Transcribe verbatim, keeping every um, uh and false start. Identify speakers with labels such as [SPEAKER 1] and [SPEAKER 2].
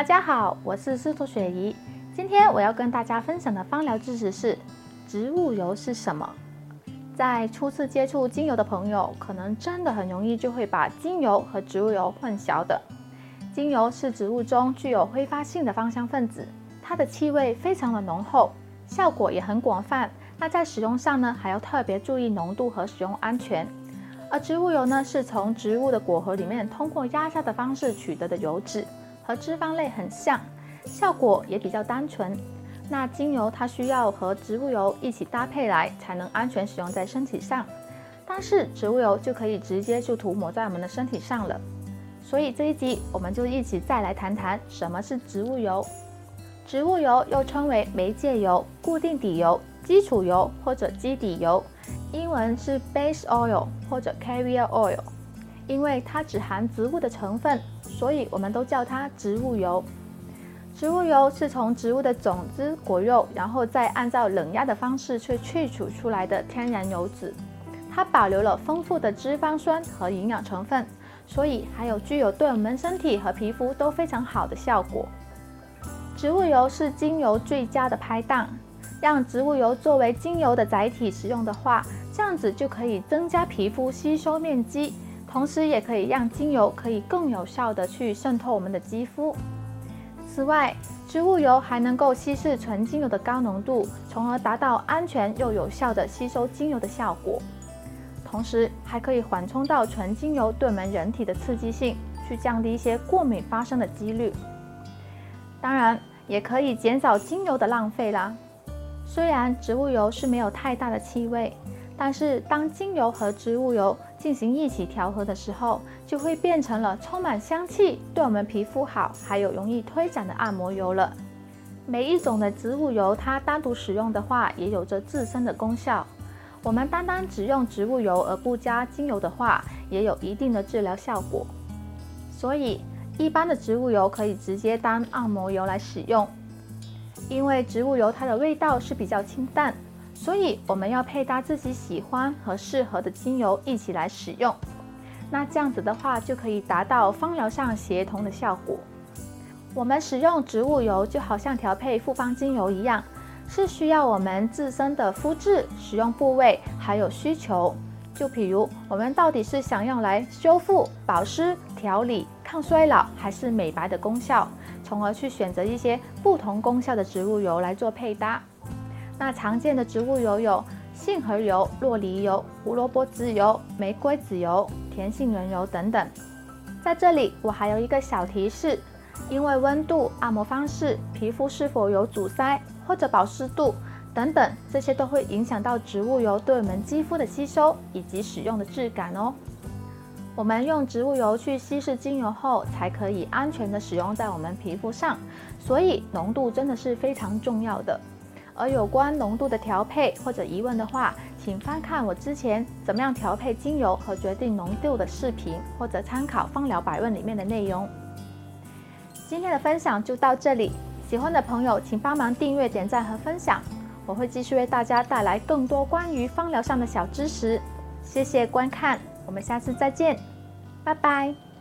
[SPEAKER 1] 大家好，我是司徒雪怡。今天我要跟大家分享的芳疗知识是植物油是什么。在初次接触精油的朋友，可能真的很容易就会把精油和植物油混淆的。精油是植物中具有挥发性的芳香分子，它的气味非常的浓厚，效果也很广泛。那在使用上呢，还要特别注意浓度和使用安全。而植物油呢，是从植物的果核里面通过压榨的方式取得的油脂，和脂肪类很像，效果也比较单纯。那精油它需要和植物油一起搭配来，才能安全使用在身体上。但是植物油就可以直接就涂抹在我们的身体上了。所以这一集我们就一起再来谈谈什么是植物油。植物油又称为媒介油、固定底油、基础油或者基底油，英文是 base oil 或者 carrier oil。因为它只含植物的成分，所以我们都叫它植物油。植物油是从植物的种子、果肉，然后再按照冷压的方式去萃取出来的天然油脂。它保留了丰富的脂肪酸和营养成分，所以还有具有对我们身体和皮肤都非常好的效果。植物油是精油最佳的拍档，让植物油作为精油的载体使用的话，这样子就可以增加皮肤吸收面积，同时也可以让精油可以更有效地去渗透我们的肌肤。此外，植物油还能够稀释纯精油的高浓度，从而达到安全又有效的吸收精油的效果。同时还可以缓冲到纯精油对我们人体的刺激性，去降低一些过敏发生的几率。当然也可以减少精油的浪费啦。虽然植物油是没有太大的气味，但是当精油和植物油进行一起调和的时候，就会变成了充满香气，对我们皮肤好，还有容易推展的按摩油了。每一种的植物油它单独使用的话，也有着自身的功效。我们单单只用植物油而不加精油的话，也有一定的治疗效果。所以一般的植物油可以直接当按摩油来使用。因为植物油它的味道是比较清淡，所以我们要配搭自己喜欢和适合的精油一起来使用。那这样子的话，就可以达到芳疗上协同的效果。我们使用植物油就好像调配复方精油一样，是需要我们自身的肤质、使用部位还有需求。就比如我们到底是想用来修复、保湿、调理、抗衰老还是美白的功效，从而去选择一些不同功效的植物油来做配搭。那常见的植物油有杏核油、洛梨油、胡萝卜籽油、玫瑰籽油、甜杏仁油等等。在这里我还有一个小提示，因为温度、按摩方式、皮肤是否有阻塞或者保湿度等等，这些都会影响到植物油对我们肌肤的吸收以及使用的质感哦。我们用植物油去稀释精油后，才可以安全的使用在我们皮肤上，所以浓度真的是非常重要的。而有关浓度的调配或者疑问的话，请翻看我之前怎么样调配精油和决定浓度的视频，或者参考芳疗百问里面的内容。今天的分享就到这里，喜欢的朋友请帮忙订阅、点赞和分享，我会继续为大家带来更多关于芳疗上的小知识。谢谢观看，我们下次再见，拜拜。